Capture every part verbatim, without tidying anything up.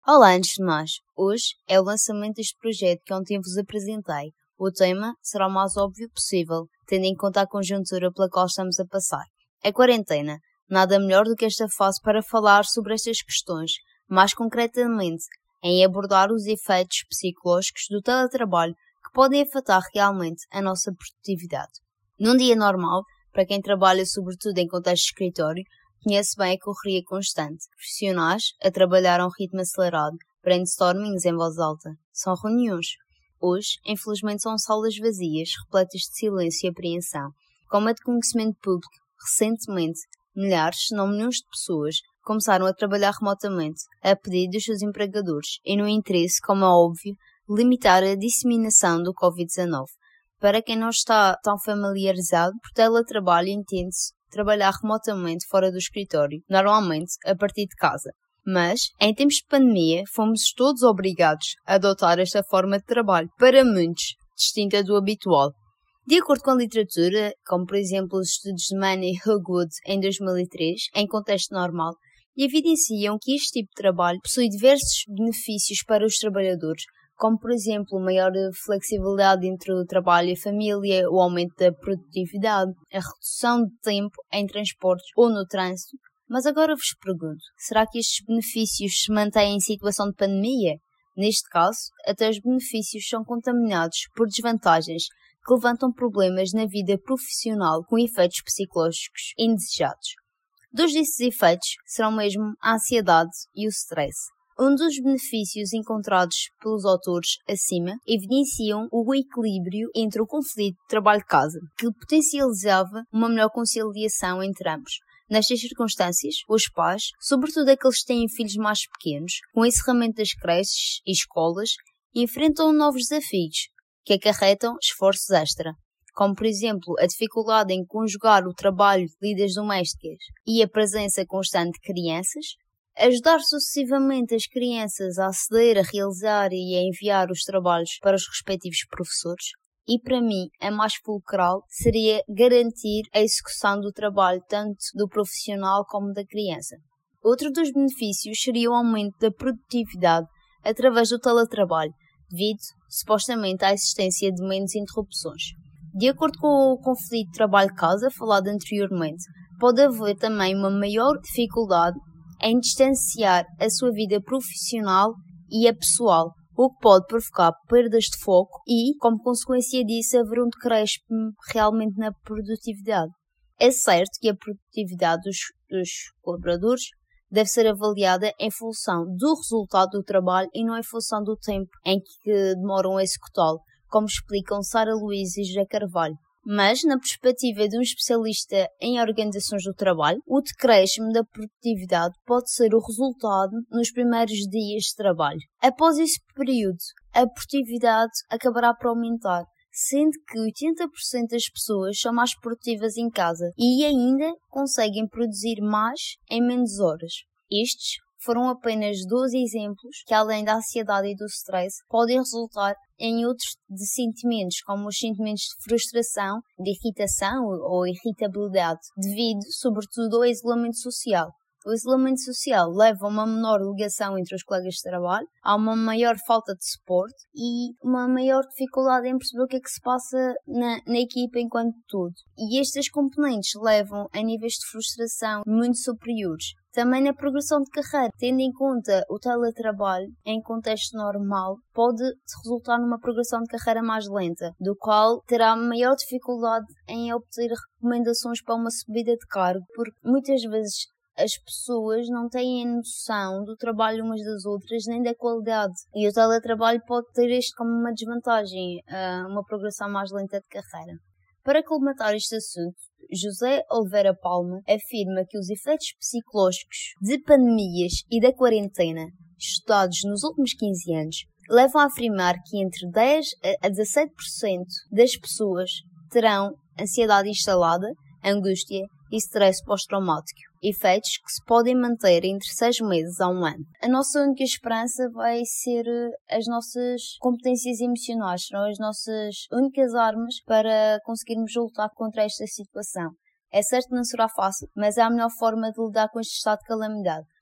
Olá, antes de mais, hoje é o lançamento deste projeto que ontem vos apresentei. O tema será o mais óbvio possível, tendo em conta a conjuntura pela qual estamos a passar. A quarentena. Nada melhor do que esta fase para falar sobre estas questões, mais concretamente, em abordar os efeitos psicológicos do teletrabalho que podem afetar realmente a nossa produtividade. Num dia normal, para quem trabalha sobretudo em contexto de escritório, conhece bem a correria constante. Profissionais a trabalhar a um ritmo acelerado, brainstormings em voz alta. São reuniões. Hoje, infelizmente, são salas vazias, repletas de silêncio e apreensão. Como a de conhecimento público, recentemente, milhares, se não milhões de pessoas começaram a trabalhar remotamente, a pedido dos seus empregadores, e no interesse, como é óbvio, limitar a disseminação do covid dezenove. Para quem não está tão familiarizado, por teletrabalho entende-se trabalhar remotamente fora do escritório, normalmente a partir de casa. Mas, em tempos de pandemia, fomos todos obrigados a adotar esta forma de trabalho, para muitos, distinta do habitual. De acordo com a literatura, como por exemplo os estudos de Mann e Hugwood em dois mil e três, em contexto normal, evidenciam que este tipo de trabalho possui diversos benefícios para os trabalhadores, como por exemplo maior flexibilidade entre o trabalho e a família, o aumento da produtividade, a redução de tempo em transportes ou no trânsito. Mas agora vos pergunto, será que estes benefícios se mantêm em situação de pandemia? Neste caso, até os benefícios são contaminados por desvantagens que levantam problemas na vida profissional com efeitos psicológicos indesejados. Dois desses efeitos serão mesmo a ansiedade e o stress. Um dos benefícios encontrados pelos autores acima evidenciam o equilíbrio entre o conflito de trabalho-casa, que potencializava uma melhor conciliação entre ambos. Nestas circunstâncias, os pais, sobretudo aqueles que têm filhos mais pequenos, com o encerramento das creches e escolas, enfrentam novos desafios, que acarretam esforços extra, como por exemplo a dificuldade em conjugar o trabalho de lidas domésticas e a presença constante de crianças, ajudar sucessivamente as crianças a aceder, a realizar e a enviar os trabalhos para os respectivos professores. E para mim, a mais fulcral seria garantir a execução do trabalho tanto do profissional como da criança. Outro dos benefícios seria o aumento da produtividade através do teletrabalho, devido, supostamente, à existência de menos interrupções. De acordo com o conflito trabalho-casa falado anteriormente, pode haver também uma maior dificuldade em distanciar a sua vida profissional e a pessoal, o que pode provocar perdas de foco e, como consequência disso, haver um decréscimo realmente na produtividade. É certo que a produtividade dos, dos colaboradores deve ser avaliada em função do resultado do trabalho e não em função do tempo em que demoram a executá-lo, como explicam Sara Luís e José Carvalho. Mas, na perspectiva de um especialista em organizações do trabalho, o decréscimo da produtividade pode ser o resultado nos primeiros dias de trabalho. Após esse período, a produtividade acabará por aumentar, sendo que oitenta por cento das pessoas são mais produtivas em casa e ainda conseguem produzir mais em menos horas. Estes foram apenas doze exemplos que, além da ansiedade e do stress, podem resultar em outros de sentimentos, como os sentimentos de frustração, de irritação ou irritabilidade, devido, sobretudo, ao isolamento social. O isolamento social leva a uma menor ligação entre os colegas de trabalho, há uma maior falta de suporte e uma maior dificuldade em perceber o que é que se passa na, na equipa enquanto todo. E estas componentes levam a níveis de frustração muito superiores. Também na progressão de carreira, tendo em conta o teletrabalho em contexto normal, pode resultar numa progressão de carreira mais lenta, do qual terá maior dificuldade em obter recomendações para uma subida de cargo, porque muitas vezes as pessoas não têm a noção do trabalho umas das outras, nem da qualidade. E o teletrabalho pode ter isto como uma desvantagem, uma progressão mais lenta de carreira. Para colmatar este assunto, José Oliveira Palma afirma que os efeitos psicológicos de pandemias e da quarentena, estudados nos últimos quinze anos, levam a afirmar que entre dez a dezassete por cento das pessoas terão ansiedade instalada, angústia e stress pós-traumático, efeitos que se podem manter entre seis meses a um ano. A nossa única esperança vai ser as nossas competências emocionais, serão as nossas únicas armas para conseguirmos lutar contra esta situação. É certo que não será fácil, mas é a melhor forma de lidar com este estado de calamidade.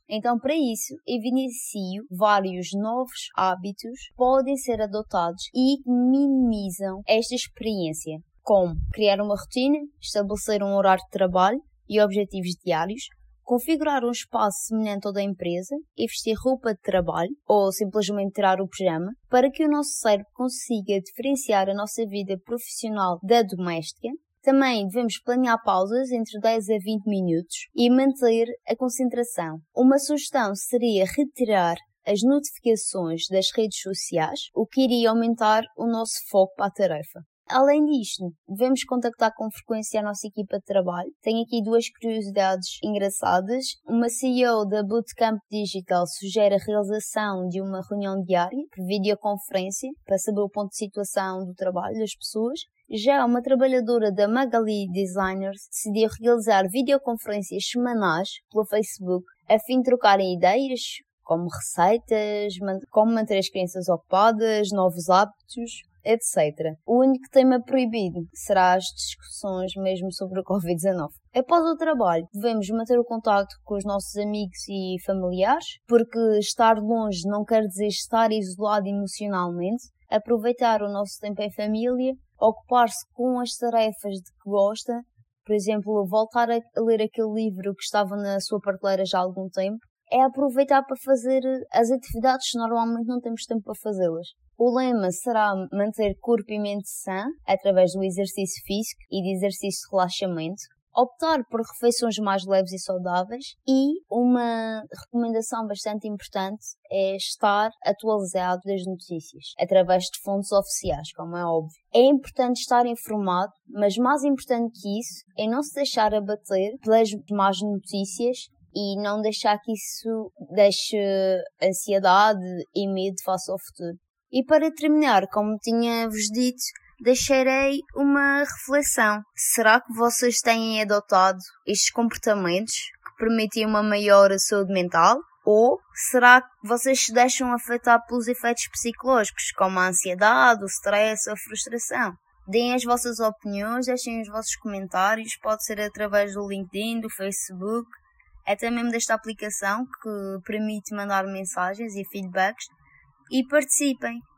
Então, para isso, evidencio vários novos hábitos que podem ser adotados e que minimizam esta experiência, como criar uma rotina, estabelecer um horário de trabalho e objetivos diários, configurar um espaço semelhante ao da empresa e vestir roupa de trabalho ou simplesmente tirar o pijama para que o nosso cérebro consiga diferenciar a nossa vida profissional da doméstica. Também devemos planear pausas entre dez a vinte minutos e manter a concentração. Uma sugestão seria retirar as notificações das redes sociais, o que iria aumentar o nosso foco para a tarefa. Além disto, devemos contactar com frequência a nossa equipa de trabalho. Tenho aqui duas curiosidades engraçadas. Uma C E O da Bootcamp Digital sugere a realização de uma reunião diária por videoconferência para saber o ponto de situação do trabalho das pessoas. Já uma trabalhadora da Magali Designers decidiu realizar videoconferências semanais pelo Facebook a fim de trocarem ideias, como receitas, como manter as crianças ocupadas, novos hábitos, etcétera. O único tema proibido será as discussões mesmo sobre o covid dezenove. Após o trabalho, devemos manter o contacto com os nossos amigos e familiares, porque estar longe não quer dizer estar isolado emocionalmente. Aproveitar o nosso tempo em família, ocupar-se com as tarefas de que gosta, por exemplo, voltar a ler aquele livro que estava na sua prateleira já há algum tempo, é aproveitar para fazer as atividades que normalmente não temos tempo para fazê-las. O lema será manter corpo e mente sã através do exercício físico e de exercício de relaxamento, optar por refeições mais leves e saudáveis e uma recomendação bastante importante é estar atualizado das notícias, através de fontes oficiais, como é óbvio. É importante estar informado, mas mais importante que isso é não se deixar abater pelas más notícias e não deixar que isso deixe ansiedade e medo face ao futuro. E para terminar, como tinha-vos dito, deixarei uma reflexão. Será que vocês têm adotado estes comportamentos que permitem uma maior saúde mental? Ou será que vocês se deixam afetar pelos efeitos psicológicos, como a ansiedade, o stress ou a frustração? Deem as vossas opiniões, deixem os vossos comentários, pode ser através do LinkedIn, do Facebook, até mesmo desta aplicação que permite mandar mensagens e feedbacks. E participem!